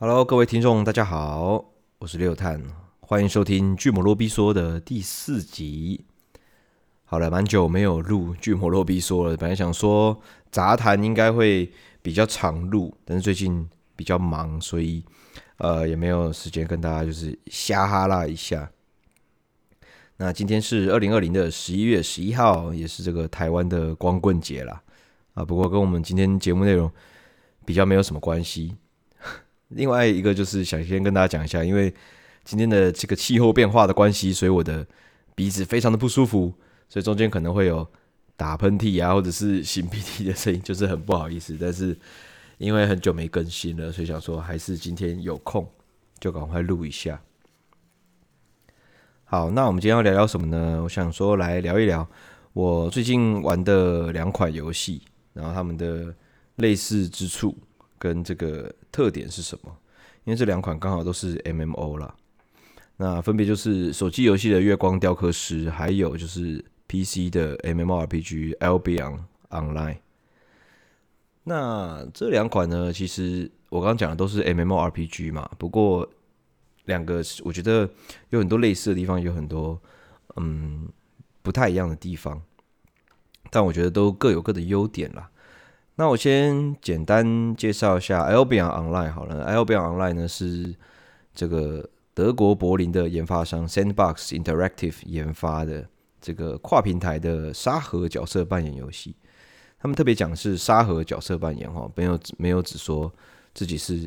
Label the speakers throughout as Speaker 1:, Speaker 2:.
Speaker 1: Hello，各位听众，大家好，我是六探，欢迎收听巨魔罗比说的第4集。好了，蛮久没有录巨魔罗比说了，本来想说杂谈应该会比较常录，但是最近比较忙，所以也没有时间跟大家就是瞎哈拉一下。那今天是2020的11月11号，也是这个台湾的光棍节啦。不过跟我们今天节目内容比较没有什么关系。另外一个就是想先跟大家讲一下，因为今天的这个气候变化的关系，所以我的鼻子非常的不舒服，所以中间可能会有打喷嚏啊，或者是擤鼻涕的声音，就是很不好意思。但是因为很久没更新了，所以想说还是今天有空就赶快录一下。好，那我们今天要聊聊什么呢？我想说来聊一聊我最近玩的2款游戏，然后他们的类似之处跟这个特点是什么？因为这2款刚好都是 MMO 啦，那分别就是手机游戏的《月光雕刻师》，还有就是 PC 的 MMORPG Albion Online。那这2款呢，其实我刚刚讲的都是 MMORPG 嘛，不过2个我觉得有很多类似的地方，有很多不太一样的地方，但我觉得都各有各的优点啦。那我先简单介绍一下 Albion Online 好了。Albion Online 呢是这个德国柏林的研发商 Sandbox Interactive 研发的这个跨平台的沙盒角色扮演游戏。他们特别讲是沙盒角色扮演，没有只说自己是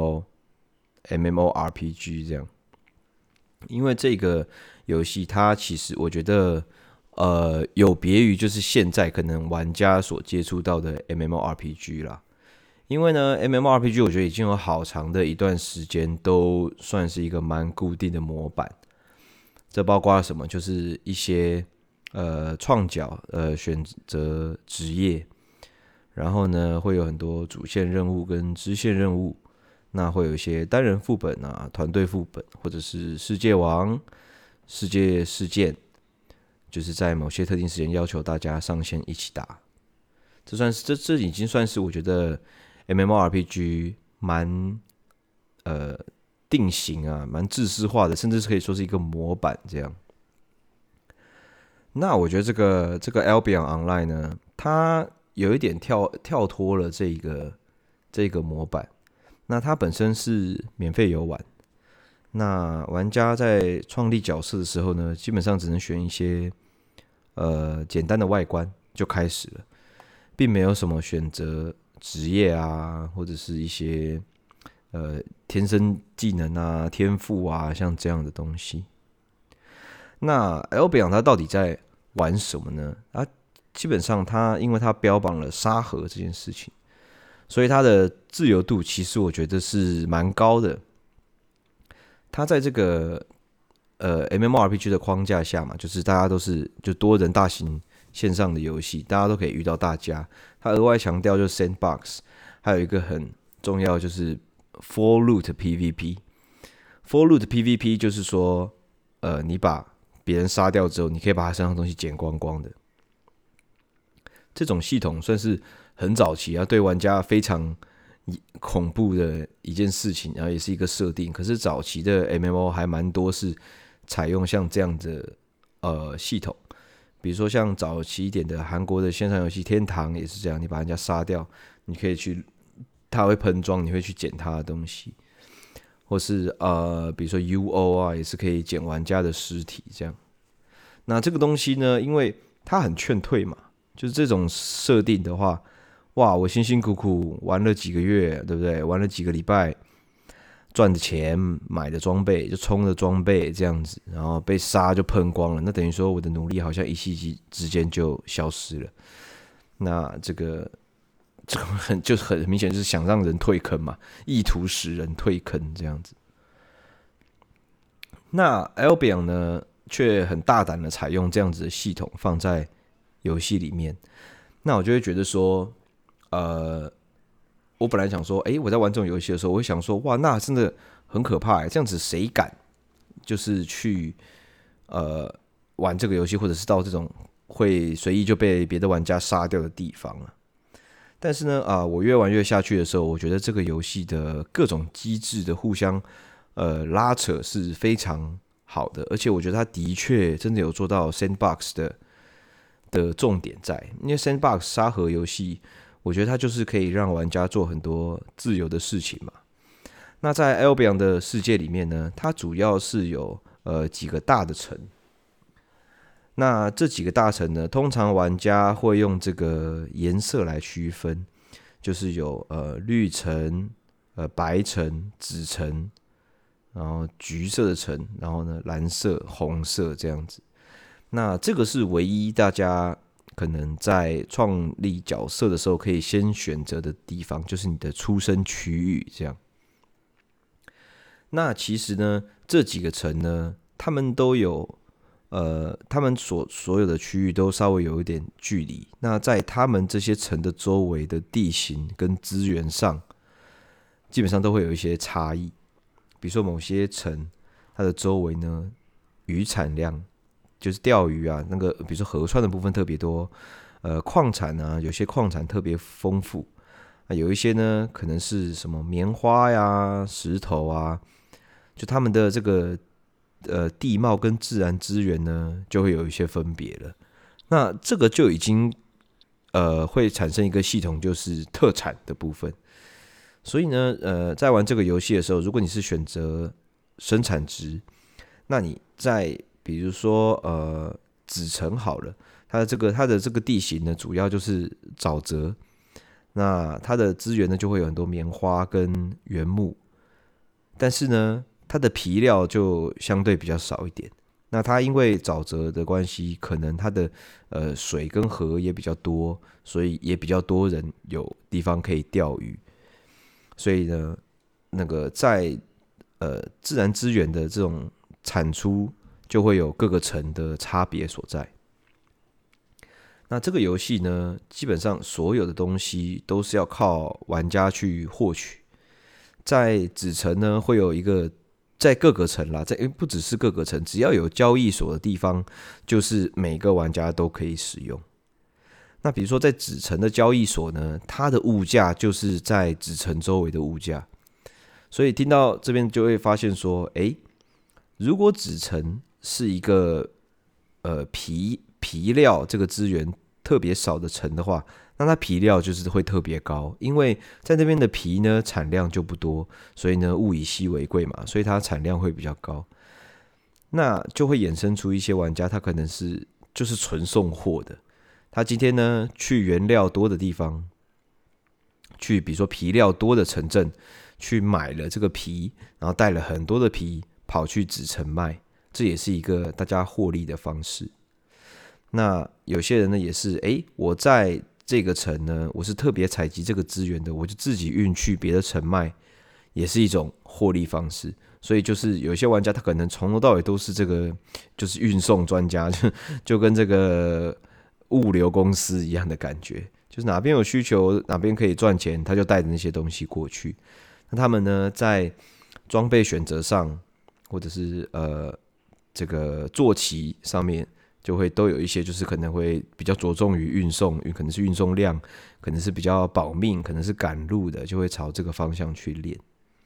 Speaker 1: MMORPG 这样。因为这个游戏它其实我觉得有别于就是现在可能玩家所接触到的 MMORPG 啦。因为呢 MMORPG 我觉得已经有好长的一段时间都算是一个蛮固定的模板。这包括什么？就是一些创角选择职业，然后呢会有很多主线任务跟支线任务，那会有一些单人副本啊、团队副本，或者是世界王、世界事件，就是在某些特定时间要求大家上线一起打。这已经算是我觉得 MMORPG 蛮定型啊，蛮制式化的，甚至是可以说是一个模板这样。那我觉得这个 Albion Online 呢，它有一点跳脱了这个模板。那它本身是免费游玩，那玩家在创立角色的时候呢，基本上只能选一些简单的外观就开始了，并没有什么选择职业啊，或者是一些天生技能啊、天赋啊，像这样的东西。那 Albion 它到底在玩什么呢？基本上因为它标榜了沙盒这件事情，所以它的自由度其实我觉得是蛮高的。它在这个MMORPG 的框架下嘛，就是大家都是就多人大型线上的游戏，大家都可以遇到大家。它额外强调就是 Sandbox， 还有一个很重要就是 For Loot PVP。For Loot PVP 就是说，你把别人杀掉之后，你可以把他身上的东西捡光光的。这种系统算是很早期啊，对玩家非常恐怖的一件事情，然后也是一个设定。可是早期的 MMO 还蛮多是采用像这样的系统，比如说像早期一点的韩国的线上游戏天堂也是这样，你把人家杀掉，你可以去，他会喷装，你会去捡他的东西，或是比如说 UO 啊，也是可以捡玩家的尸体这样。那这个东西呢，因为它很劝退嘛，就是这种设定的话，哇，我辛辛苦苦玩了几个月，对不对？玩了几个礼拜，赚的钱、买的装备就充的装备这样子，然后被杀就喷光了，那等于说我的努力好像一夕之间就消失了。那这个很明显就是想让人退坑嘛，意图使人退坑这样子。那 Albion 呢，却很大胆的采用这样子的系统放在游戏里面。那我就会觉得说，我本来想说，我在玩这种游戏的时候，我会想说，哇，那真的很可怕欸，这样子谁敢就是去玩这个游戏，或者是到这种会随意就被别的玩家杀掉的地方啊？ 但是呢，我越玩越下去的时候，我觉得这个游戏的各种机制的互相拉扯是非常好的，而且我觉得它的确真的有做到 sandbox 的重点在，因为 sandbox 沙盒游戏，我觉得它就是可以让玩家做很多自由的事情嘛。那在 Albion 的世界里面呢，它主要是有几个大的城。那这几个大城呢，通常玩家会用这个颜色来区分，就是有绿城、白城、紫城，然后橘色的城，然后呢蓝色、红色这样子。那这个是唯一大家可能在创立角色的时候可以先选择的地方，就是你的出生区域这样。那其实呢，这几个城呢，他们都有他们所有的区域都稍微有一点距离。那在他们这些城的周围的地形跟资源上，基本上都会有一些差异。比如说某些城，它的周围呢，渔产量就是钓鱼啊，那个比如说河川的部分特别多，矿产啊，有些矿产特别丰富。有一些呢，可能是什么棉花呀、石头啊，就他们的这个地貌跟自然资源呢，就会有一些分别了。那这个就已经会产生一个系统，就是特产的部分。所以呢，在玩这个游戏的时候，如果你是选择生产值，那你在比如说紫城好了，它的这个地形呢，主要就是沼泽。那它的资源呢，就会有很多棉花跟原木，但是呢，它的皮料就相对比较少一点。那它因为沼泽的关系，可能它的水跟河也比较多，所以也比较多人有地方可以钓鱼。所以呢，那个在自然资源的这种产出，就会有各个城的差别所在。那这个游戏呢，基本上所有的东西都是要靠玩家去获取。在子城呢，会有一个在各个城啦，不只是各个城，只要有交易所的地方，就是每个玩家都可以使用。那比如说在子城的交易所呢，它的物价就是在子城周围的物价。所以听到这边就会发现说，如果子城是一个皮料这个资源特别少的城的话，那它皮料就是会特别高，因为在那边的皮呢产量就不多，所以呢物以稀为贵嘛，所以它产量会比较高。那就会衍生出一些玩家，他可能是就是纯送货的，他今天呢去原料多的地方，去比如说皮料多的城镇去买了这个皮，然后带了很多的皮跑去子城卖，这也是一个大家获利的方式。那有些人呢也是，我在这个城呢，我是特别采集这个资源的，我就自己运去别的城卖，也是一种获利方式。所以就是有些玩家他可能从头到尾都是这个就是运送专家，就跟这个物流公司一样的感觉，就是哪边有需求，哪边可以赚钱，他就带着那些东西过去。那他们呢，在装备选择上，或者是这个坐骑上面，就会都有一些，就是可能会比较着重于运送，可能是运送量，可能是比较保命，可能是赶路的，就会朝这个方向去练。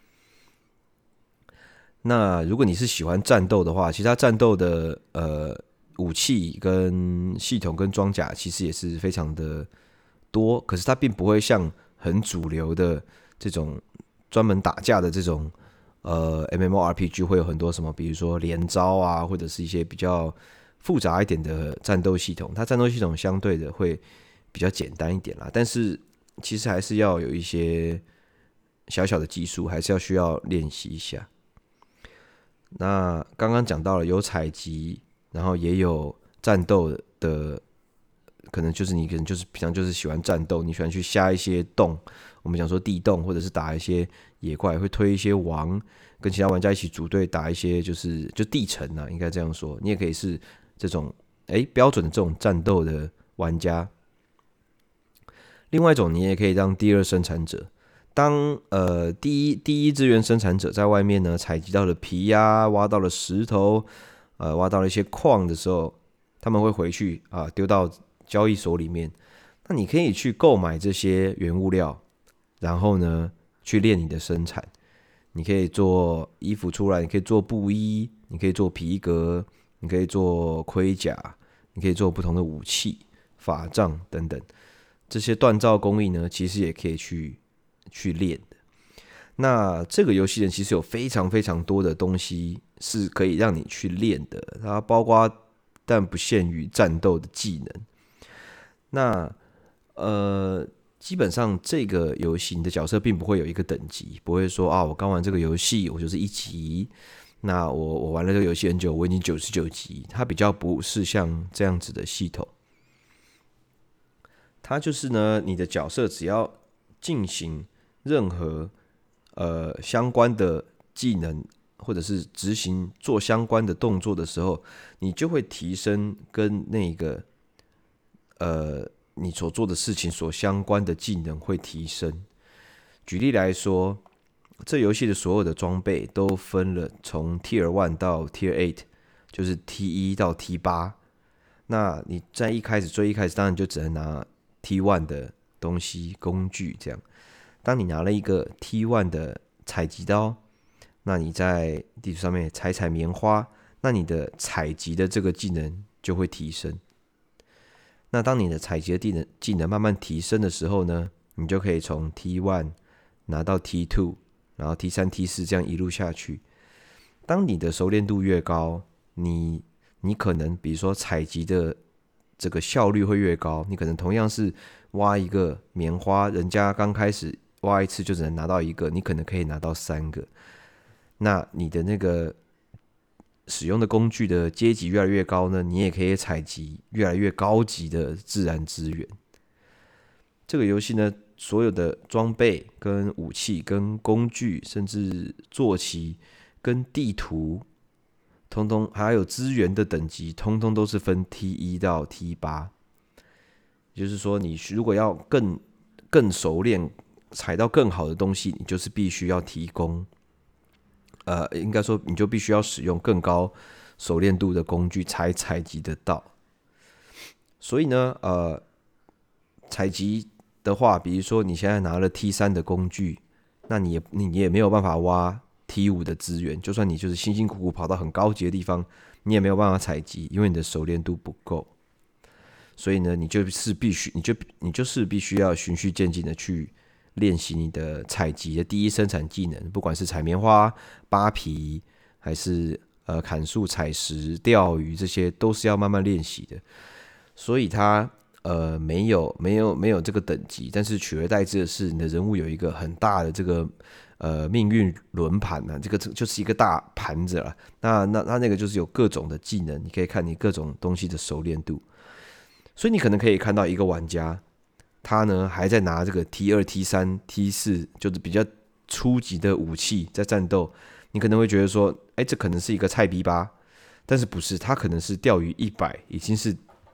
Speaker 1: 那如果你是喜欢战斗的话，其实它战斗的武器跟系统跟装甲其实也是非常的多，可是它并不会像很主流的这种专门打架的这种MMORPG 会有很多什么，比如说连招啊，或者是一些比较复杂一点的战斗系统。它战斗系统相对的会比较简单一点啦，但是其实还是要有一些小小的技术，还是要需要练习一下。那刚刚讲到了有采集，然后也有战斗的，可能就是你可能就是平常就是喜欢战斗，你喜欢去下一些洞，我们讲说地洞，或者是打一些野怪，会推一些王，跟其他玩家一起组队打一些就地城啊，应该这样说。你也可以是这种标准的这种战斗的玩家。另外一种，你也可以当第二生产者。当第一资源生产者在外面呢采集到了皮啊，挖到了石头，挖到了一些矿的时候，他们会回去丢到交易所里面。 那你可以去购买这些原物料，然后呢去练你的生产。你可以做衣服出来，你可以做布衣，你可以做皮革，你可以做盔甲，你可以做不同的武器、法杖等等。这些锻造工艺呢，其实也可以去练的。那这个游戏呢，其实有非常非常多的东西是可以让你去练的，它包括但不限于战斗的技能。那基本上这个游戏你的角色并不会有一个等级，不会说啊，我刚玩这个游戏我就是1级，那我玩了这个游戏很久，我已经99级，它比较不是像这样子的系统。它就是呢，你的角色只要进行任何相关的技能，或者是执行做相关的动作的时候，你就会提升跟那个你所做的事情所相关的技能会提升。举例来说，这游戏的所有的装备都分了从 Tier 1到 Tier 8，就是 T1 到 T8。那你在最一开始当然就只能拿 T1 的东西工具这样。当你拿了一个 T1 的采集刀，那你在地图上面采棉花，那你的采集的这个技能就会提升。那当你的采集的技能慢慢提升的时候呢，你就可以从 T1 拿到 T2， 然后 T3、T4 这样一路下去。当你的熟练度越高，你可能比如说采集的这个效率会越高，你可能同样是挖一个棉花，人家刚开始挖一次就只能拿到1个，你可能可以拿到3个。那你的那个使用的工具的阶级越来越高呢，你也可以采集越来越高级的自然资源。这个游戏呢，所有的装备、跟武器、跟工具，甚至坐骑、跟地图，通通还有资源的等级，通通都是分 T1 到 T8。也就是说，你如果要更熟练，采到更好的东西，你就是必须要提供。应该说，你就必须要使用更高熟练度的工具才采集得到。所以呢，采集的话，比如说你现在拿了 T3 的工具，那你也没有办法挖 T5 的资源。就算你就是辛辛苦苦跑到很高级的地方，你也没有办法采集，因为你的熟练度不够。所以呢，你就是必须要循序渐进的去练习你的采集的第一生产技能，不管是采棉花、扒皮，还是砍树、采石、钓鱼，这些都是要慢慢练习的。所以它没有这个等级，但是取而代之的是你的人物有一个很大的这个命运轮盘呢，这个就是一个大盘子了。那个就是有各种的技能，你可以看你各种东西的熟练度。所以你可能可以看到一个玩家，他呢还在拿这个 T2、T3、T4，就是比较初级的武器在战斗。你可能会觉得说，这可能是一个菜逼吧，但是不是，他可能是钓鱼100，已经是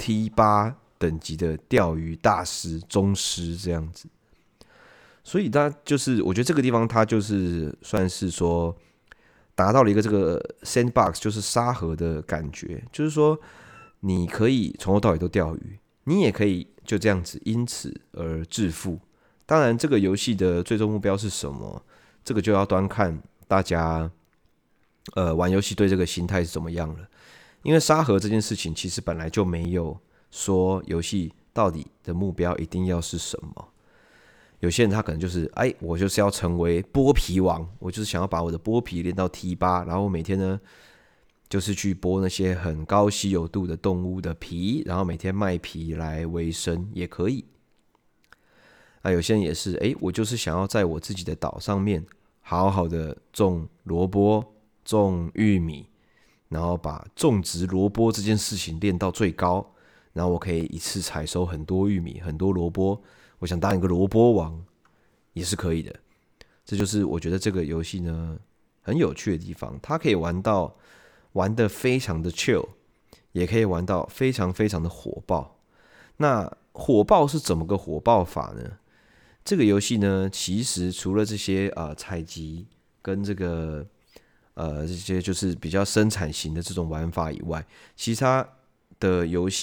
Speaker 1: T8 等级的钓鱼大师、宗师这样子。所以他就是，我觉得这个地方他就是算是说达到了一个这个 sandbox， 就是沙盒的感觉，就是说你可以从头到尾都钓鱼，你也可以就这样子因此而致富。当然，这个游戏的最终目标是什么，这个就要端看大家玩游戏对这个心态是怎么样了。因为沙盒这件事情其实本来就没有说游戏到底的目标一定要是什么。有些人他可能就是我就是要成为剥皮王，我就是想要把我的剥皮练到 T8， 然后每天呢就是去剥那些很高稀有度的动物的皮，然后每天卖皮来维生也可以。有些人也是我就是想要在我自己的岛上面好好的种萝卜、种玉米，然后把种植萝卜这件事情练到最高，然后我可以一次采收很多玉米、很多萝卜，我想当一个萝卜王也是可以的。这就是我觉得这个游戏呢很有趣的地方，它可以玩得非常的 chill， 也可以玩到非常非常的火爆。那火爆是怎么个火爆法呢？这个游戏呢，其实除了这些采集跟这个这些就是比较生产型的这种玩法以外，其实它的游戏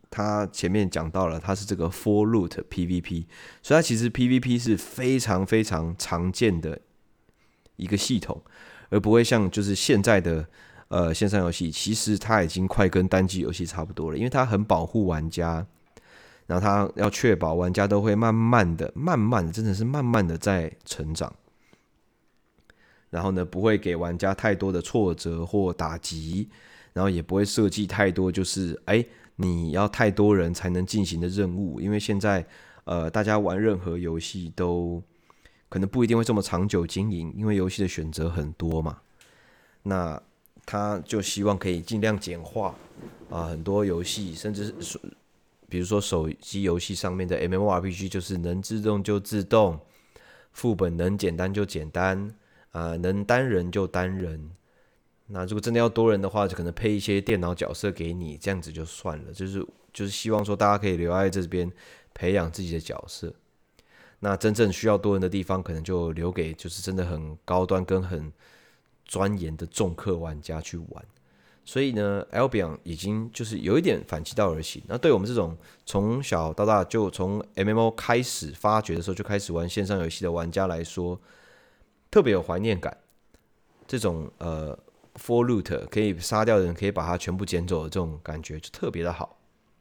Speaker 1: 他前面讲到了，它是这个 for loot PVP， 所以它其实 PVP 是非常非常常见的一个系统，而不会像就是现在的线上游戏，其实它已经快跟单机游戏差不多了，因为它很保护玩家，然后它要确保玩家都会慢慢的、真的是慢慢的在成长，然后呢，不会给玩家太多的挫折或打击，然后也不会设计太多就是你要太多人才能进行的任务，因为现在大家玩任何游戏都可能不一定会这么长久经营，因为游戏的选择很多嘛。那他就希望可以尽量简化很多游戏，甚至是比如说手机游戏上面的 MMORPG， 就是能自动就自动，副本能简单就简单能单人就单人。那如果真的要多人的话，就可能配一些电脑角色给你，这样子就算了。就是希望说大家可以留在这边培养自己的角色。那真正需要多人的地方，可能就留给就是真的很高端跟很钻研的重氪玩家去玩。所以呢 Albion 已经就是有一点反其道而行。那对我们这种从小到大就从 MMO 开始发掘的时候就开始玩线上游戏的玩家来说，特别有怀念感。这种for loot 可以杀掉的人可以把它全部捡走的这种感觉就特别的好。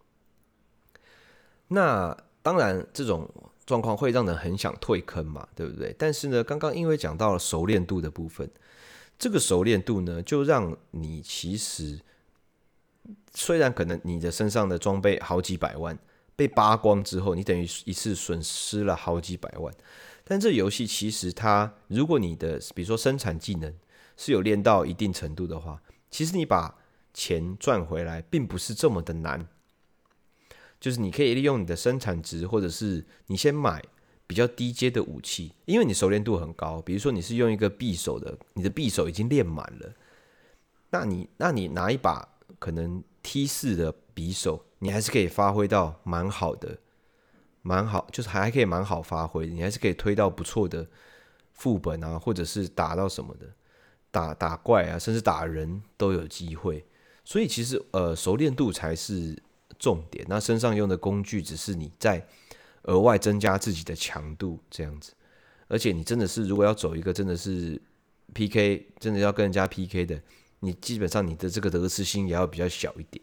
Speaker 1: 那当然这种状况会让人很想退坑嘛，对不对？但是呢，刚刚因为讲到了熟练度的部分，这个熟练度呢，就让你其实虽然可能你的身上的装备好几百万被扒光之后，你等于一次损失了好几百万，但这游戏其实它，如果你的比如说生产技能是有练到一定程度的话，其实你把钱赚回来并不是这么的难。就是你可以利用你的生产值，或者是你先买比较低阶的武器，因为你熟练度很高。比如说你是用一个匕首的，你的匕首已经练满了，那你拿一把可能 T4 的匕首，你还是可以发挥到蛮好的，就是还可以蛮好发挥，你还是可以推到不错的副本啊，或者是打到什么的，打怪啊，甚至打人都有机会。所以其实熟练度才是重点，那身上用的工具只是你在额外增加自己的强度这样子。而且你真的是如果要走一个真的是 PK， 真的要跟人家 PK 的，你基本上你的这个得失心也要比较小一点。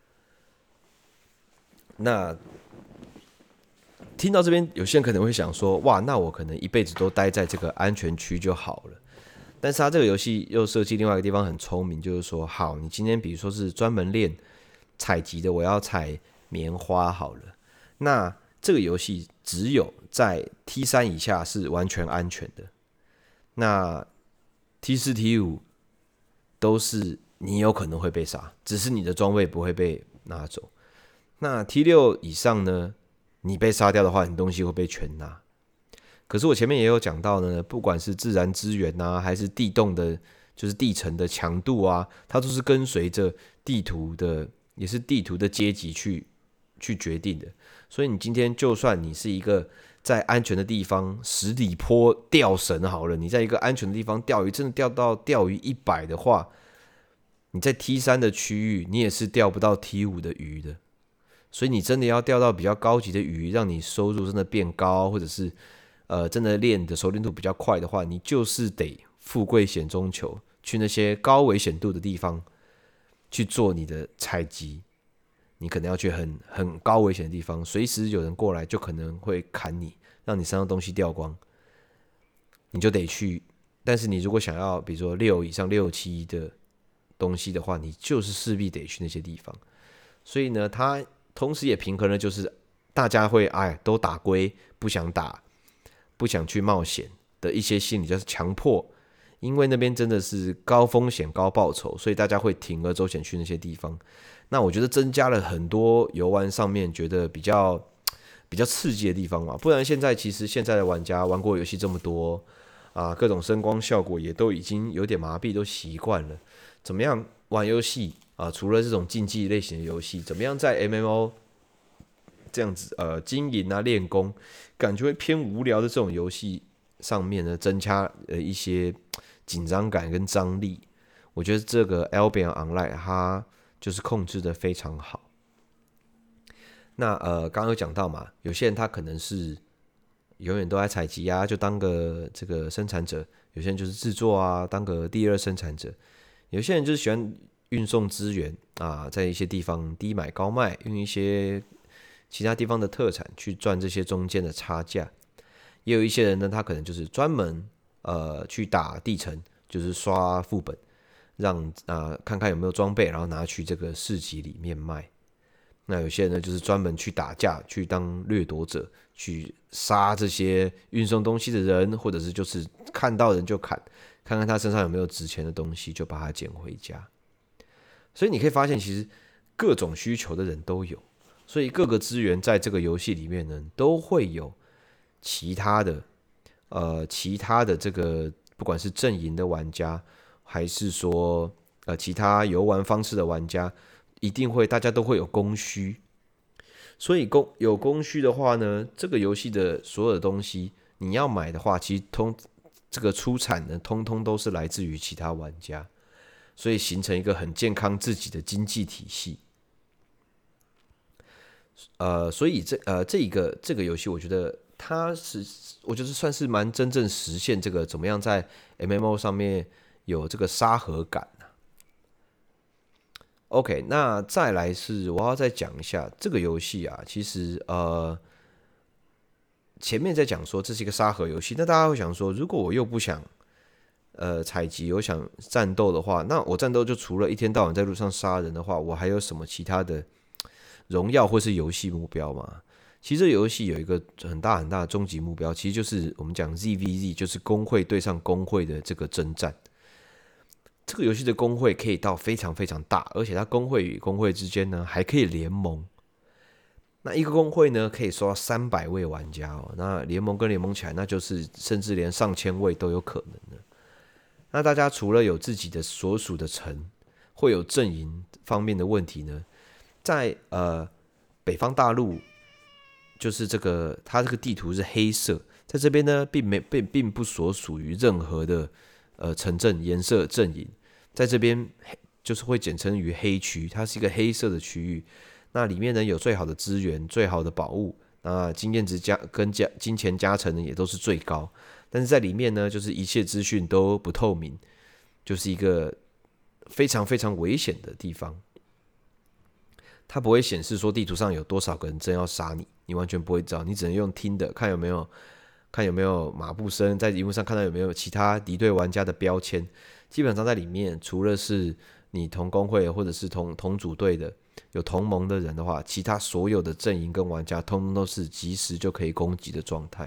Speaker 1: 那听到这边，有些人可能会想说，哇，那我可能一辈子都待在这个安全区就好了。但是它这个游戏又设计另外一个地方很聪明，就是说，好，你今天比如说是专门练采集的，我要采棉花好了，那这个游戏只有在 T3 以下是完全安全的，那 T4、T5 都是你有可能会被杀，只是你的装备不会被拿走。那 T6 以上呢，你被杀掉的话，你东西会被全拿。可是我前面也有讲到呢，不管是自然资源啊，还是地洞的，就是地层的强度啊，它都是跟随着地图的，也是地图的阶级去决定的。所以你今天就算你是一个在安全的地方十里坡钓绳好了，你在一个安全的地方钓鱼，真的钓到钓鱼100的话，你在 T3 的区域，你也是钓不到 T5 的鱼的。所以你真的要钓到比较高级的鱼，让你收入真的变高，或者是真的练的熟练度比较快的话，你就是得富贵险中求，去那些高危险度的地方去做你的采集。你可能要去很高危险的地方，随时有人过来就可能会砍你，让你身上东西掉光，你就得去。但是你如果想要比如说6以上6、7的东西的话，你就是势必得去那些地方。所以呢，它同时也平衡了就是大家会都打龟，不想打，不想去冒险的一些心理，就是强迫，因为那边真的是高风险高报酬，所以大家会铤而走险去那些地方。那我觉得增加了很多游玩上面觉得比较刺激的地方嘛，不然其实现在的玩家玩过游戏这么多各种声光效果也都已经有点麻痹，都习惯了。怎么样玩游戏除了这种竞技类型的游戏，怎么样在 MMO 这样子经营练功，感觉会偏无聊的这种游戏上面呢，增加一些紧张感跟张力。我觉得这个 Albion Online 它就是控制的非常好。 那刚刚有讲到嘛，有些人他可能是永远都在采集啊，就当个这个生产者；有些人就是制作啊，当个第二生产者；有些人就是喜欢运送资源啊，在一些地方低买高卖，用一些其他地方的特产去赚这些中间的差价。也有一些人呢，他可能就是专门去打地层，就是刷副本，让看看有没有装备，然后拿去这个市集里面卖。那有些人呢，就是专门去打架，去当掠夺者，去杀这些运送东西的人，或者是就是看到人就砍，看看他身上有没有值钱的东西，就把它捡回家。所以你可以发现，其实各种需求的人都有，所以各个资源在这个游戏里面呢，都会有其他的这个不管是阵营的玩家，还是说其他游玩方式的玩家，一定会大家都会有供需。所以有供需的话呢，这个游戏的所有的东西你要买的话，其实这个出产呢，通通都是来自于其他玩家，所以形成一个很健康自己的经济体系。所以这个游戏，我觉得我觉得算是蛮真正实现这个怎么样在 MMO 上面有这个沙盒感。OK， 那再来是我要再讲一下这个游戏啊，其实前面在讲说这是一个沙盒游戏，那大家会想说，如果我又不想采集，我想战斗的话，那我战斗就除了一天到晚在路上杀人的话，我还有什么其他的荣耀或是游戏目标吗？其实这游戏有一个很大很大的终极目标，其实就是我们讲 ZVZ， 就是工会对上工会的这个征战。这个游戏的工会可以到非常非常大，而且它工会与工会之间呢还可以联盟。那一个工会呢可以收到300位玩家哦，那联盟跟联盟起来，那就是甚至连上千位都有可能的。那大家除了有自己的所属的城，会有阵营方面的问题呢，在北方大陆，就是它这个地图是黑色，在这边呢并不所属于任何的城镇颜色阵营，在这边就是会简称于黑区，它是一个黑色的区域。那里面呢有最好的资源、最好的宝物，那经验值跟金钱加成呢也都是最高。但是在里面呢，就是一切资讯都不透明，就是一个非常非常危险的地方。它不会显示说地图上有多少个人真要杀你，你完全不会知道，你只能用听的看有没有马步声，在荧幕上看到有没有其他敌对玩家的标签。基本上在里面，除了是你同工会或者是同组队的有同盟的人的话，其他所有的阵营跟玩家通通都是即时就可以攻击的状态。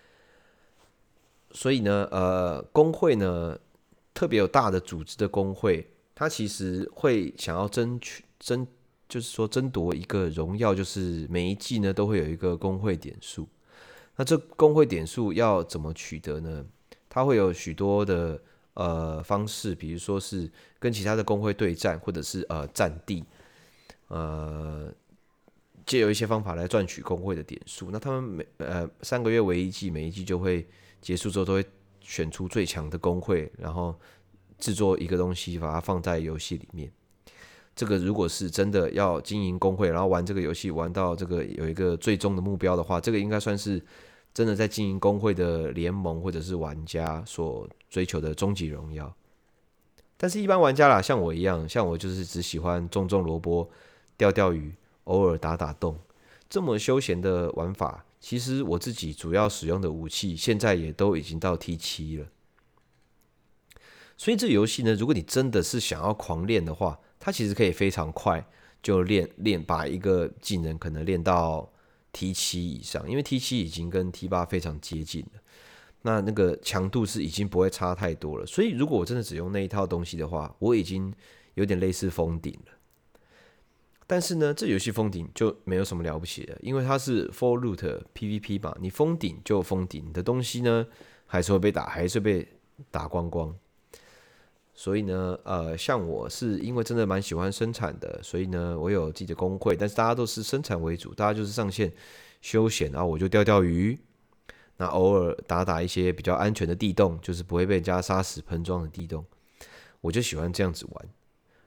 Speaker 1: 所以呢，工会呢特别有大的组织的工会，它其实会想要就是说争夺一个荣耀，就是每一季呢都会有一个工会点数。那这工会点数要怎么取得呢？它会有许多的方式，比如说是跟其他的工会对战，或者是占地，借由一些方法来赚取工会的点数。那他们3个月为一季，每一季就会结束之后都会选出最强的工会，然后制作一个东西，把它放在游戏里面。这个如果是真的要经营工会，然后玩这个游戏玩到这个有一个最终的目标的话，这个应该算是真的在经营工会的联盟或者是玩家所追求的终极荣耀。但是，一般玩家啦，像我一样，像我就是只喜欢种萝卜、钓鱼，偶尔打洞，这么休闲的玩法，其实我自己主要使用的武器，现在也都已经到 T7 了。所以这游戏呢，如果你真的是想要狂练的话，它其实可以非常快就把一个技能可能练到 T7 以上，因为 T7 已经跟 T8 非常接近了，那个强度是已经不会差太多了。所以如果我真的只用那一套东西的话，我已经有点类似封顶了。但是呢，这游戏封顶就没有什么了不起的，因为它是 Full Loot PVP 嘛，你封顶就封顶，你的东西呢还是会被打光光。所以呢，像我是因为真的蛮喜欢生产的，所以呢，我有自己的工会，但是大家都是生产为主，大家就是上线休闲，然后我就钓鱼，那偶尔打一些比较安全的地洞，就是不会被人家杀死喷装的地洞，我就喜欢这样子玩。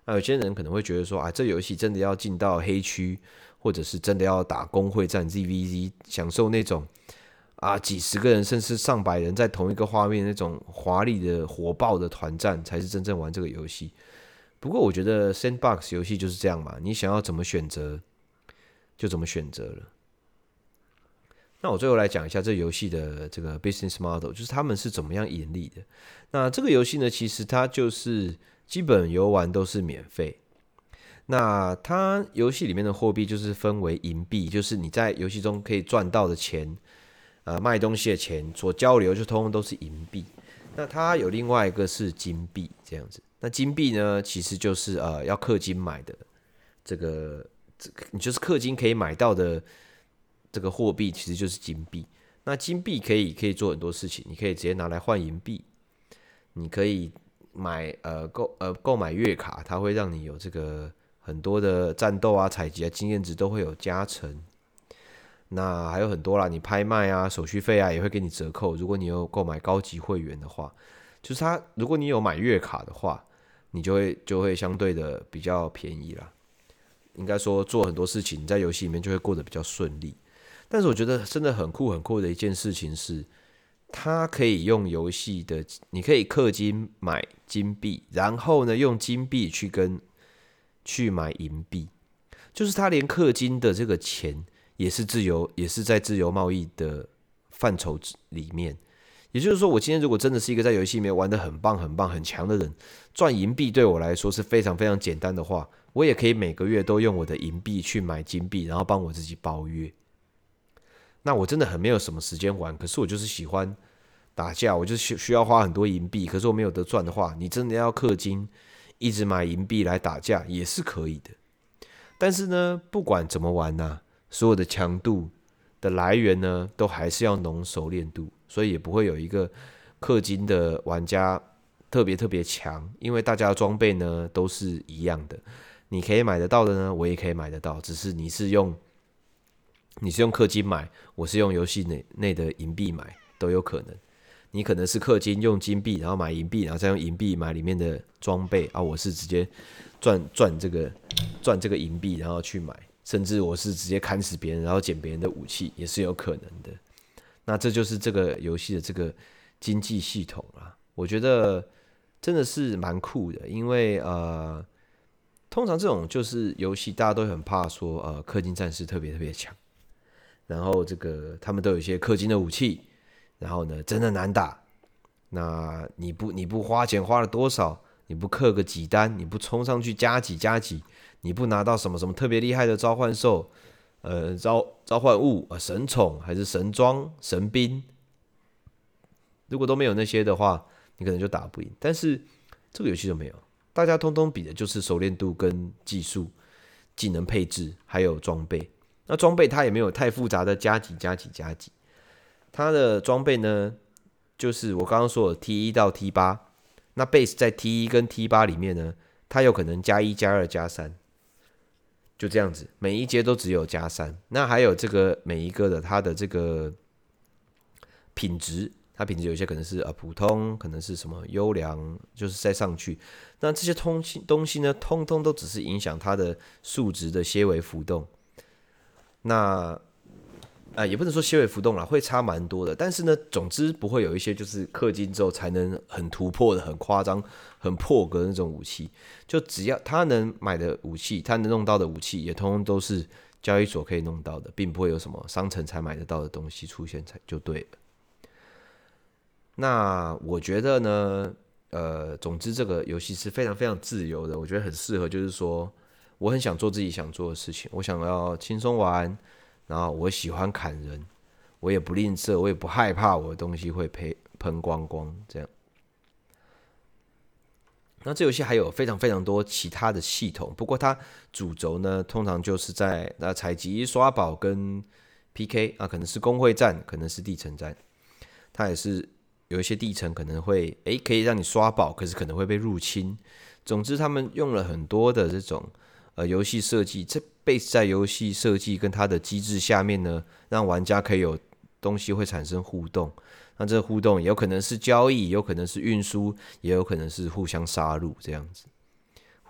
Speaker 1: 那有些人可能会觉得说，啊，这游戏真的要进到黑区，或者是真的要打工会战 ZVZ， 享受那种几十个人甚至上百人在同一个画面那种华丽的火爆的团战，才是真正玩这个游戏。不过我觉得 Sandbox 游戏就是这样嘛，你想要怎么选择就怎么选择了。那我最后来讲一下这游戏的这个 business model， 就是他们是怎么样盈利的。那这个游戏呢，其实它就是基本游玩都是免费。那它游戏里面的货币就是分为银币，就是你在游戏中可以赚到的钱，卖东西的钱所交流就通通都是银币。那它有另外一个是金币这样子。那金币呢，其实就是要氪金买的，你就是氪金可以买到的这个货币，其实就是金币。那金币可以做很多事情，你可以直接拿来换银币，你可以购买月卡，它会让你有这个很多的战斗啊、采集啊、经验值都会有加成。那还有很多啦，你拍卖啊、手续费啊也会给你折扣。如果你有购买高级会员的话，就是如果你有买月卡的话，你就会相对的比较便宜啦。应该说做很多事情，你在游戏里面就会过得比较顺利。但是我觉得真的很酷的一件事情是，它可以用游戏的，你可以氪金买金币，然后呢用金币去买银币，就是它连氪金的这个钱也是在自由贸易的范畴里面。也就是说，我今天如果真的是一个在游戏里面玩得很棒、很强的人，赚银币对我来说是非常非常简单的话，我也可以每个月都用我的银币去买金币，然后帮我自己包月。那我真的很没有什么时间玩，可是我就是喜欢打架，我就需要花很多银币，可是我没有得赚的话，你真的要氪金，一直买银币来打架也是可以的。但是呢，不管怎么玩所有的强度的来源呢，都还是要浓熟练度，所以也不会有一个氪金的玩家特别强，因为大家的装备呢都是一样的，你可以买得到的呢，我也可以买得到，只是你是用氪金买，我是用游戏内的银币买，都有可能。你可能是氪金用金币，然后买银币，然后再用银币买里面的装备我是直接赚这个银币，然后去买。甚至我是直接砍死别人，然后捡别人的武器，也是有可能的。那这就是这个游戏的这个经济系统啦，我觉得真的是蛮酷的，因为通常这种就是游戏，大家都很怕说氪金战士特别强，然后这个他们都有一些氪金的武器，然后呢真的难打。那你不花钱花了多少，你不氪个几单，你不冲上去加几，你不拿到什么特别厉害的召唤兽，召唤物神宠还是神装、神兵，如果都没有那些的话，你可能就打不赢。但是这个游戏就没有，大家通通比的就是熟练度跟技术、技能配置还有装备。那装备它也没有太复杂的加几，它的装备呢，就是我刚刚说的 T1 到 T8， 那 base 在 T1 跟 T8 里面呢，它有可能加1、加2、加3。就这样子，每一阶都只有加3。那还有这个每一个的它的这个品质，它品质有些可能是普通，可能是什么优良，就是再上去。那这些东西呢，通通都只是影响它的数值的些微浮动。那也不能说些微浮动啦，会差蛮多的。但是呢，总之不会有一些就是氪金之后才能很突破的、很夸张、很破格的那种武器。就只要他能买的武器，他能弄到的武器，也通通都是交易所可以弄到的，并不会有什么商城才买得到的东西出现才就对了。那我觉得呢，总之这个游戏是非常非常自由的，我觉得很适合，就是说我很想做自己想做的事情，我想要轻松玩。然后我喜欢砍人，我也不吝啬，我也不害怕我的东西会喷光光这样。那这游戏还有非常非常多其他的系统，不过它主轴呢，通常就是在采集、刷宝跟 PK 可能是公会战，可能是地城战。它也是有一些地城可能会可以让你刷宝，可是可能会被入侵。总之，他们用了很多的这种游戏设计，这base在游戏设计跟它的机制下面呢，让玩家可以有东西会产生互动。那这个互动也有可能是交易，也有可能是运输，也有可能是互相杀戮这样子。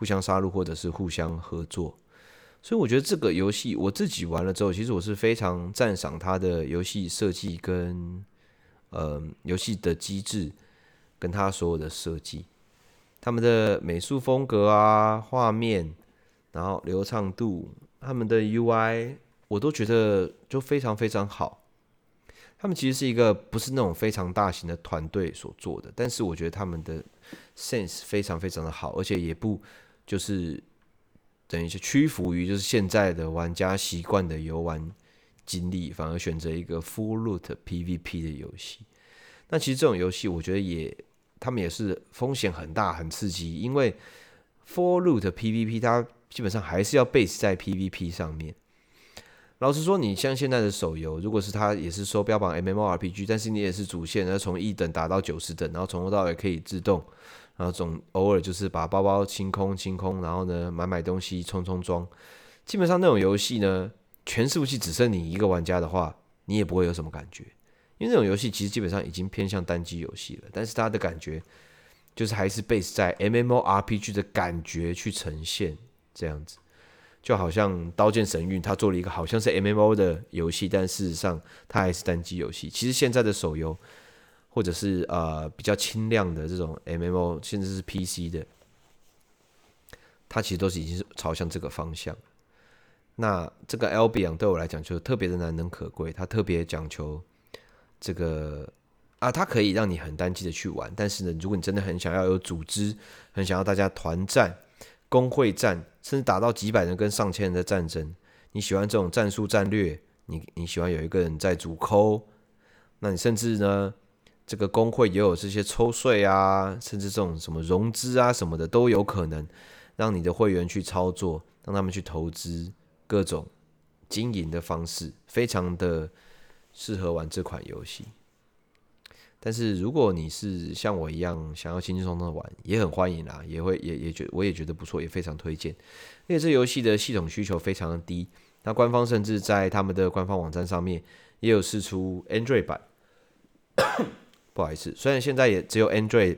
Speaker 1: 互相杀戮或者是互相合作。所以我觉得这个游戏我自己玩了之后，其实我是非常赞赏它的游戏设计跟游戏的机制跟它所有的设计，他们的美术风格啊、画面，然后流畅度，他们的 UI 我都觉得就非常非常好。他们其实是一个不是那种非常大型的团队所做的，但是我觉得他们的 sense 非常非常的好，而且也不就是等于是屈服于就是现在的玩家习惯的游玩经历，反而选择一个 full loot PVP 的游戏。那其实这种游戏我觉得他们也是风险很大很刺激，因为 full loot PVP 它基本上还是要 base 在 PVP 上面。老实说，你像现在的手游，如果是它也是说标榜 MMORPG， 但是你也是主线，然后从1等打到90等，然后从头到尾可以自动，然后偶尔就是把包包清空，然后呢买东西，冲装。基本上那种游戏呢，全服务器只剩你一个玩家的话，你也不会有什么感觉，因为那种游戏其实基本上已经偏向单机游戏了，但是它的感觉就是还是 base 在 MMORPG 的感觉去呈现这样子。就好像《刀剑神域》，它做了一个好像是 MMO 的游戏，但事实上它还是单机游戏。其实现在的手游，或者是比较轻量的这种 MMO， 甚至是 PC 的，它其实都是已经是朝向这个方向。那这个 Albion 对我来讲就特别的难能可贵，它特别讲求这个它可以让你很单机的去玩，但是呢，如果你真的很想要有组织，很想要大家团战、工会战，甚至打到几百人跟上千人的战争，你喜欢这种战术战略，你喜欢有一个人在主抠，那你甚至呢，这个工会也有这些抽税啊，甚至这种什么融资啊什么的都有可能让你的会员去操作，让他们去投资各种经营的方式，非常的适合玩这款游戏。但是如果你是像我一样想要轻轻松松的玩，也很欢迎啦，我也觉得不错，也非常推荐。因为这游戏的系统需求非常的低，那官方甚至在他们的官方网站上面也有释出 Android 版。不好意思，虽然现在也只有 Android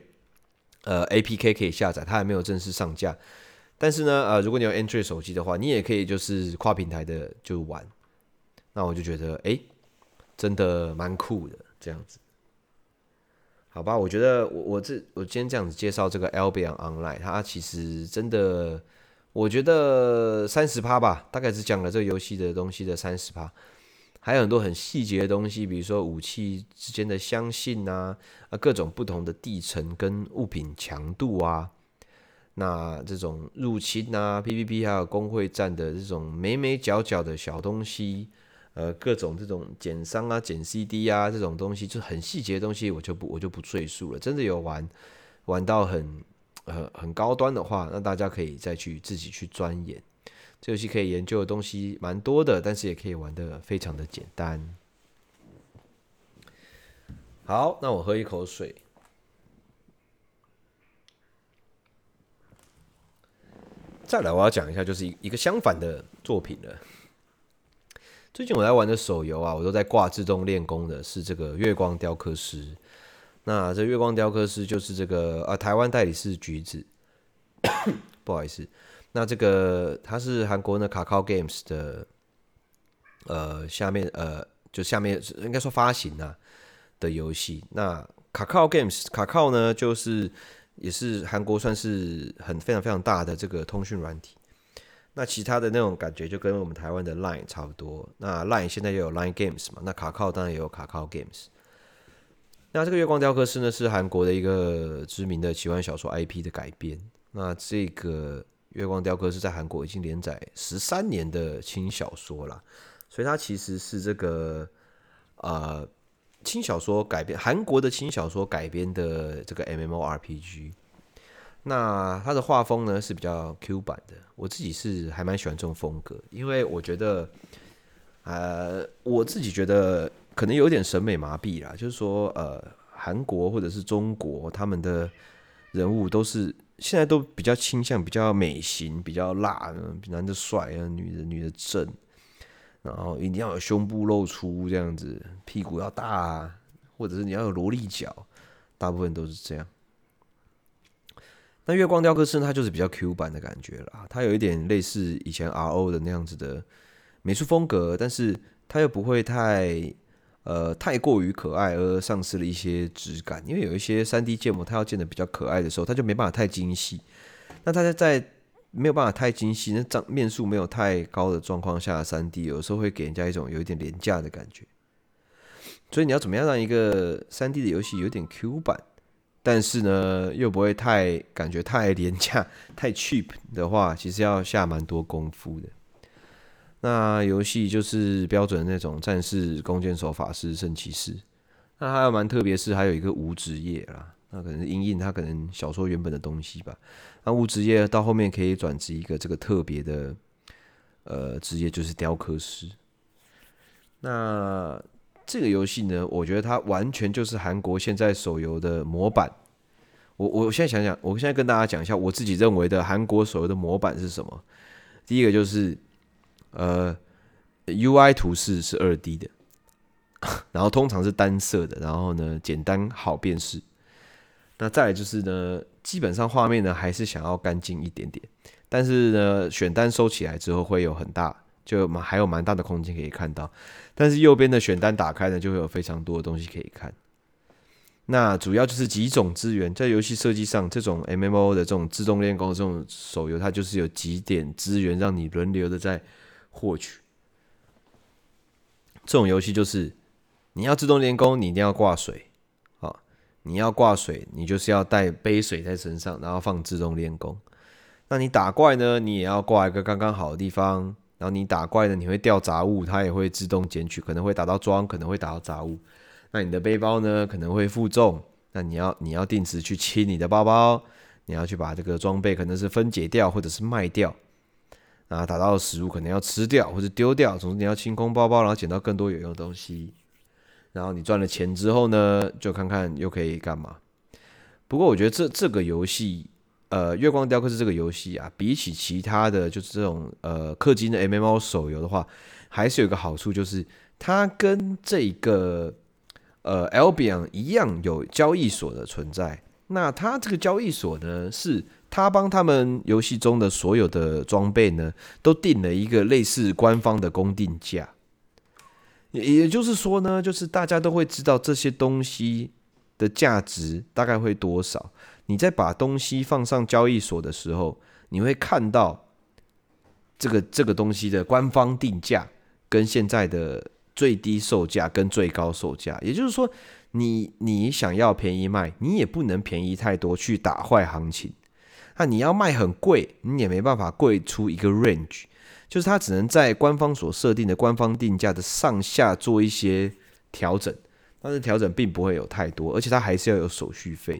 Speaker 1: APK 可以下载，它还没有正式上架。但是呢，如果你有 Android 手机的话，你也可以就是跨平台的就玩。那我就觉得，真的蛮酷的这样子。好吧，我觉得我今天这样子介绍这个 Albion Online， 它其实真的，我觉得30%吧，大概只讲了这个游戏的东西的30%，还有很多很细节的东西，比如说武器之间的相性啊，各种不同的地层跟物品强度啊，那这种入侵啊、PVP 还有工会战的这种眉角角的小东西。各种这种减伤啊、减 CD 啊这种东西，就很细节的东西，我就不赘述了。真的有玩到很高端的话，那大家可以再去自己去钻研。这游戏可以研究的东西蛮多的，但是也可以玩得非常的简单。好，那我喝一口水。再来，我要讲一下，就是一个相反的作品了。最近我在玩的手游啊，我都在挂自动练功的，是这个月光雕刻师。那这月光雕刻师就是这个台湾代理是橘子，不好意思。那这个它是韩国的卡靠 Games 的下面应该说发行的游戏。那卡靠 Games 卡靠呢，就是也是韩国算是非常非常大的这个通讯软体。那其他的那种感觉就跟我们台湾的 Line 差不多。那 Line 现在又有 Line Games 嘛，那卡靠当然也有卡靠 Games。那这个月光雕刻师呢，是韩国的一个知名的奇幻小说 IP 的改编。那这个月光雕刻师在韩国已经连载13年的轻小说啦，所以它其实是这个轻小说改编，韩国的轻小说改编的这个 MMORPG。那它的画风呢是比较 Q 版的，我自己是还蛮喜欢这种风格，因为我觉得，我自己觉得可能有点审美麻痹啦，就是说，韩国或者是中国他们的人物现在都比较倾向比较美型、比较辣，男的帅啊，女的正，然后一定要有胸部露出这样子，屁股要大，或者是你要有萝莉脚，大部分都是这样。 那月光雕刻师它就是比较 Q 版的感觉啦，它有一点类似以前 RO 的那样子的美术风格，但是它又不会太过于可爱而丧失了一些质感，因为有一些3D 建模它要建的比较可爱的时候，它就没办法太精细。那它在没有办法太精细，那面数没有太高的状况下的3D，有时候会给人家一种有一点廉价的感觉。所以你要怎么样让一个3D 的游戏有点 Q 版，但是呢又不会感觉太廉价、太 cheap 的话，其实要下蛮多功夫的。那游戏就是标准的那种战士、弓箭手、法师、圣骑士。那还有蛮特别是还有一个无职业啦，那可能是因应它可能小说原本的东西吧。那无职业到后面可以转职一个这个特别的职业，就是雕刻师。那这个游戏呢，我觉得它完全就是韩国现在手游的模板。我现在想想，我现在跟大家讲一下我自己认为的韩国手游的模板是什么。第一个就是UI 图示是2D 的，然后通常是单色的，然后呢简单好辨识。那再来就是呢，基本上画面呢还是想要干净一点点，但是呢选单收起来之后会有很大，还有蛮大的空间可以看到。但是右边的选单打开呢，就会有非常多的东西可以看。那主要就是几种资源，在游戏设计上，这种 MMO 的这种自动练功的这种手游，它就是有几点资源让你轮流的在获取。这种游戏就是你要自动练功，你一定要挂水。你要挂水，你就是要带杯水在身上，然后放自动练功。那你打怪呢，你也要挂一个刚刚好的地方。然后你打怪呢，你会掉杂物，它也会自动捡取，可能会打到桩，可能会打到杂物。那你的背包呢，可能会负重，那你要定时去清你的包包，你要去把这个装备可能是分解掉，或者是卖掉。打到的食物可能要吃掉或者丢掉，总之你要清空包包，然后捡到更多有用的东西。然后你赚了钱之后呢，就看看又可以干嘛。不过我觉得这个游戏，月光雕刻师这个游戏啊，比起其他的就是这种氪金的 MMO 手游的话，还是有一个好处，就是它跟这个Albion 一样有交易所的存在。那它这个交易所呢，是它帮他们游戏中的所有的装备呢，都定了一个类似官方的公定价。也就是说呢，就是大家都会知道这些东西的价值大概会多少。你在把东西放上交易所的时候，你会看到这个东西的官方定价跟现在的最低售价跟最高售价。也就是说，你想要便宜卖，你也不能便宜太多去打坏行情。那你要卖很贵，你也没办法贵出一个 range。就是它只能在官方所设定的官方定价的上下做一些调整，但是调整并不会有太多，而且它还是要有手续费。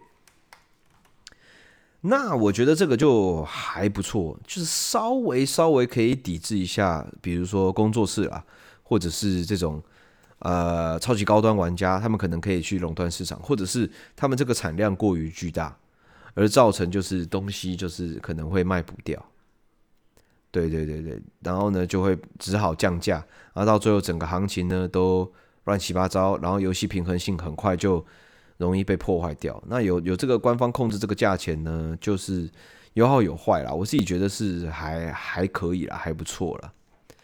Speaker 1: 那我觉得这个就还不错，就是稍微可以抵制一下，比如说工作室啦，或者是这种超级高端玩家，他们可能可以去垄断市场，或者是他们这个产量过于巨大，而造成就是东西就是可能会卖不掉。对，然后呢就会只好降价，然后到最后整个行情呢都乱七八糟，然后游戏平衡性很快就容易被破坏掉。那有这个官方控制这个价钱呢，就是有好有坏啦。我自己觉得是还可以啦，还不错啦。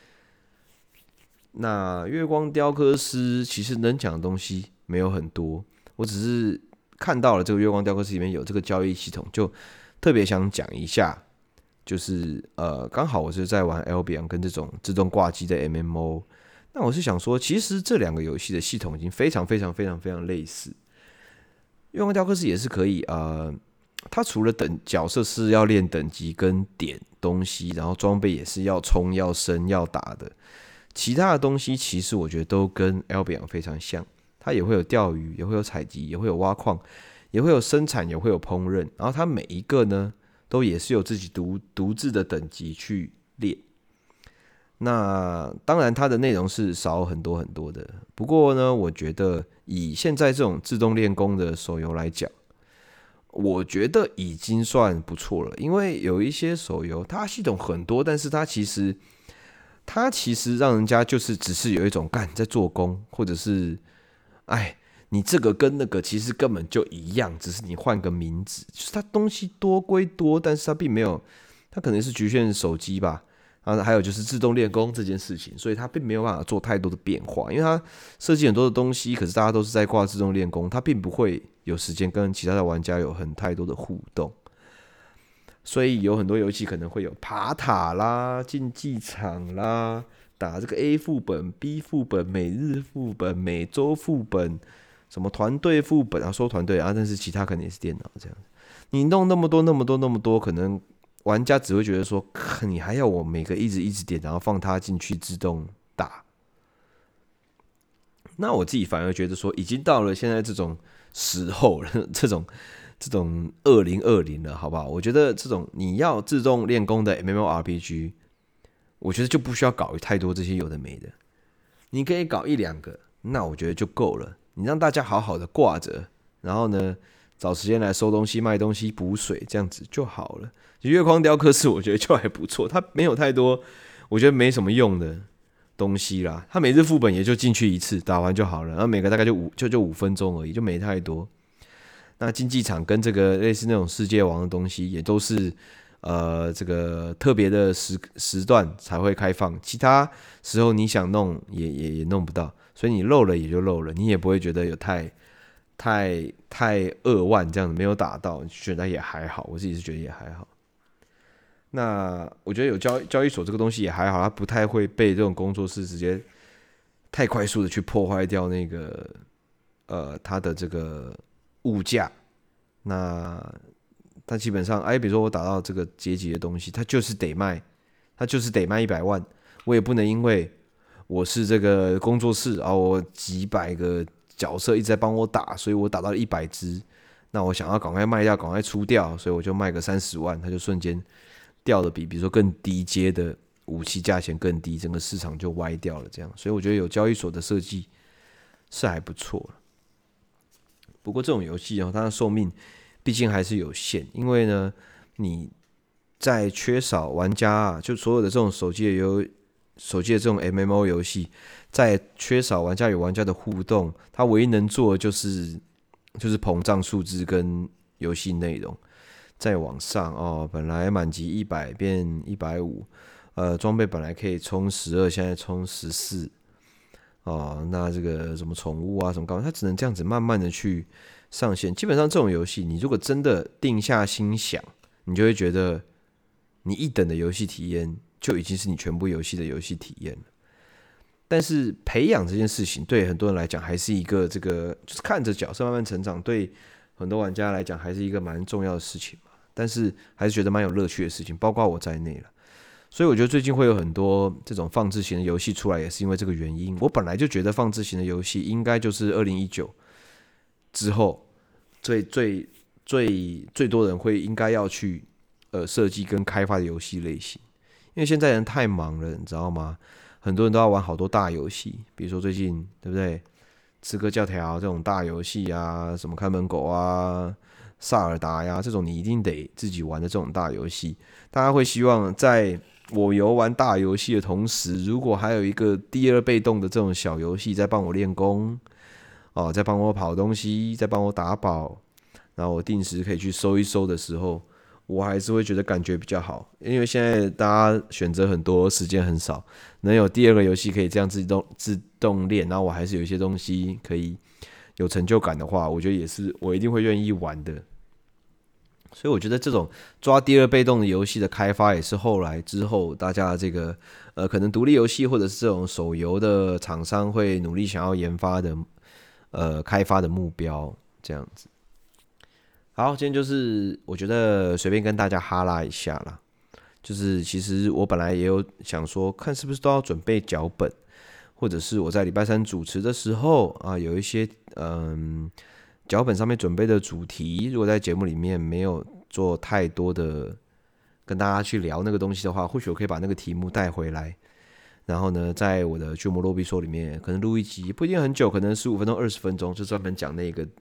Speaker 1: 那月光雕刻师其实能讲的东西没有很多，我只是看到了这个月光雕刻师里面有这个交易系统，就特别想讲一下。就是刚好我是在玩 Albion 跟这种自动挂机的 MMO， 那我是想说，其实这两个游戏的系统已经非常类似。月光雕刻师也是可以它除了角色是要练等级跟点东西，然后装备也是要冲要升要打的，其他的东西其实我觉得都跟 Albion 非常像，它也会有钓鱼，也会有采集，也会有挖矿，也会有生产，也会有烹饪，然后它每一个呢都也是有自己独自的等级去练。那当然它的内容是少很多的，不过呢我觉得以现在这种自动练功的手游来讲，我觉得已经算不错了。因为有一些手游它系统很多，但是它其实让人家就是只是有一种干在做工，或者是你这个跟那个其实根本就一样，只是你换个名字，就是它东西多归多，但是它并没有，它可能是局限手机吧。还有就是自动练功这件事情，所以它并没有办法做太多的变化，因为它设计很多的东西，可是大家都是在挂自动练功，它并不会有时间跟其他的玩家有太多的互动。所以有很多游戏可能会有爬塔啦、竞技场啦、打这个 A 副本、B 副本、每日副本、每周副本、什么团队副本啊，说团队啊，但是其他可能也是电脑这样。你弄那么多，可能玩家只会觉得说，你还要我每个一直点，然后放它进去自动打。那我自己反而觉得说，已经到了现在这种时候了，这种2020了，好不好？我觉得这种你要自动练功的 MMORPG， 我觉得就不需要搞太多这些有的没的，你可以搞1-2个，那我觉得就够了。你让大家好好的挂着，然后呢，找时间来收东西、卖东西、补水，这样子就好了。月光雕刻室我觉得就还不错，它没有太多，我觉得没什么用的东西啦。它每日副本也就进去一次，打完就好了，然后每个大概就5分钟而已，就没太多。那竞技场跟这个类似那种世界王的东西，也都是这个特别的时段才会开放，其他时候你想弄也弄不到，所以你漏了也就漏了，你也不会觉得有太扼腕这样子没有打到，觉得也还好，我自己是觉得也还好。那我觉得有交易所这个东西也还好，它不太会被这种工作室直接太快速的去破坏掉那个它的这个物价。那它基本上，比如说我打到这个阶级的东西，它就是得卖100万，我也不能因为我是这个工作室啊，我几百个角色一直在帮我打，所以我打到了100只，那我想要赶快卖掉，赶快出掉，所以我就卖个30万，它就瞬间掉的比如说更低阶的武器价钱更低，整个市场就歪掉了这样。所以我觉得有交易所的设计是还不错。不过这种游戏它的寿命毕竟还是有限，因为呢你在缺少玩家就所有的这种手机的这种 MMO 游戏，在缺少玩家与玩家的互动，它唯一能做的就是膨胀数字跟游戏内容。再往上本来满级100变150，装备本来可以充12，现在充14。那这个什么宠物啊什么它只能这样子慢慢的去上线。基本上这种游戏，你如果真的定下心想，你就会觉得你1等的游戏体验就已经是你全部游戏的游戏体验了。但是培养这件事情对很多人来讲还是一个就是看着角色慢慢成长，对很多玩家来讲还是一个蛮重要的事情嘛。但是还是觉得蛮有乐趣的事情，包括我在内了。所以我觉得最近会有很多这种放置型的游戏出来，也是因为这个原因。我本来就觉得放置型的游戏应该就是2019之后最多人会应该要去设计跟开发的游戏类型，因为现在人太忙了，你知道吗？很多人都要玩好多大游戏，比如说最近对不对？刺客教条这种大游戏啊，什么看门狗啊、萨尔达呀，这种你一定得自己玩的这种大游戏，大家会希望在我游玩大游戏的同时，如果还有一个第二被动的这种小游戏在帮我练功在帮我跑东西，在帮我打宝，然后我定时可以去收一收的时候，我还是会觉得感觉比较好。因为现在大家选择很多，时间很少，能有第二个游戏可以这样自动练，然后我还是有一些东西可以有成就感的话，我觉得也是我一定会愿意玩的。所以我觉得这种抓第二被动的游戏的开发，也是后来之后大家这个可能独立游戏或者是这种手游的厂商会努力想要研发的开发的目标这样子。好，今天就是我觉得随便跟大家哈拉一下啦，就是其实我本来也有想说，看是不是都要准备脚本，或者是我在礼拜三主持的时候有一些脚本上面准备的主题，如果在节目里面没有做太多的跟大家去聊那个东西的话，或许我可以把那个题目带回来，然后呢，在我的巨魔洛比说里面，可能录一集，不一定很久，可能15分钟、20分钟，就专门讲那个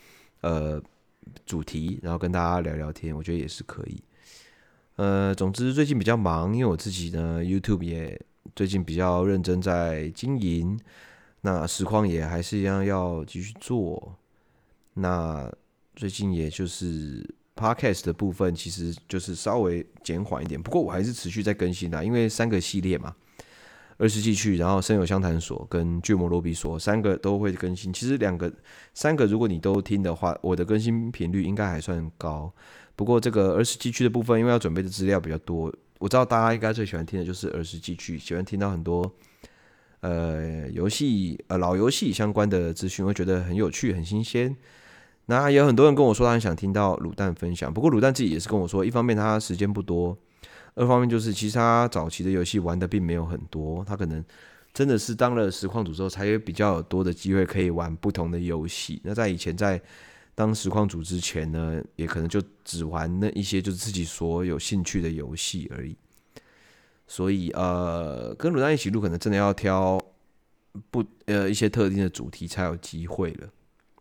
Speaker 1: 主题，然后跟大家聊聊天，我觉得也是可以。总之最近比较忙，因为我自己呢 YouTube 也最近比较认真在经营。 那实况也还是一样要继续做。那最近也就是 podcast 的部分，其实就是稍微减缓一点，不过我还是持续在更新的，因为3个系列嘛，20世纪，然后声友相谈所跟巨魔罗比所3个都会更新。其实3个如果你都听的话，我的更新频率应该还算高。不过这个20世纪的部分，因为要准备的资料比较多，我知道大家应该最喜欢听的就是20世纪，喜欢听到很多游戏老游戏相关的资讯，会觉得很有趣、很新鲜。那也有很多人跟我说，他很想听到卤蛋分享。不过卤蛋自己也是跟我说，一方面他时间不多，二方面就是其实他早期的游戏玩的并没有很多，他可能真的是当了实况组之后，才有比较多的机会可以玩不同的游戏。那在以前在当实况组之前呢，也可能就只玩那一些就是自己所有兴趣的游戏而已。所以跟卤蛋一起录，可能真的要挑一些特定的主题才有机会了。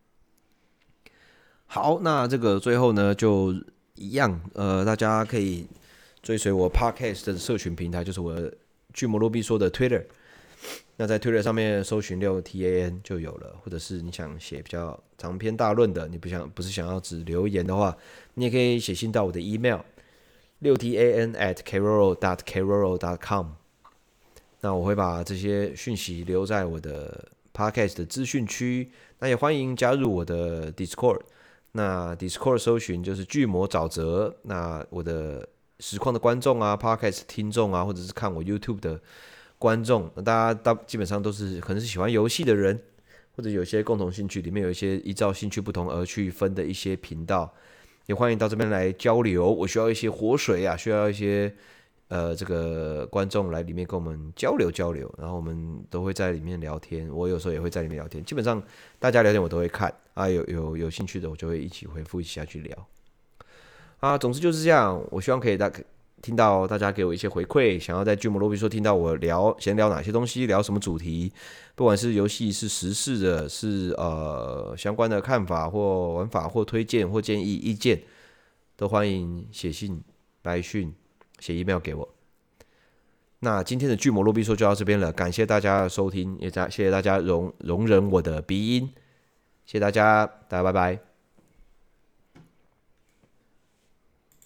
Speaker 1: 好，那这个最后呢，就一样，大家可以追随我 Podcast 的社群平台，就是我巨魔罗比说的 Twitter。那在 Twitter 上面搜寻6TAN 就有了，或者是你想写比较长篇大论的，你不是想要只留言的话，你也可以写信到我的 email 6TAN@caroro.caroro.com。那我会把这些讯息留在我的 Podcast 的资讯区，那也欢迎加入我的 Discord。那 Discord 搜寻就是巨魔沼泽，那我的实况的观众啊 ，Podcast 听众啊，或者是看我 YouTube 的观众，那大家基本上都是可能是喜欢游戏的人，或者有些共同兴趣，里面有一些依照兴趣不同而去分的一些频道，也欢迎到这边来交流。我需要一些活水啊，需要一些这个观众来里面跟我们交流交流，然后我们都会在里面聊天，我有时候也会在里面聊天，基本上大家聊天我都会看啊，有兴趣的我就会一起回复一起下去聊啊。总之就是这样，我希望可以听到大家给我一些回馈，想要在巨魔罗比说听到我先聊哪些东西，聊什么主题，不管是游戏是时事的，是相关的看法或玩法或推荐或建议意见，都欢迎写信来讯。写 email 给我。那今天的巨魔罗比说就到这边了，感谢大家的收听，也谢谢大家容忍我的鼻音，谢谢大家，大家拜拜。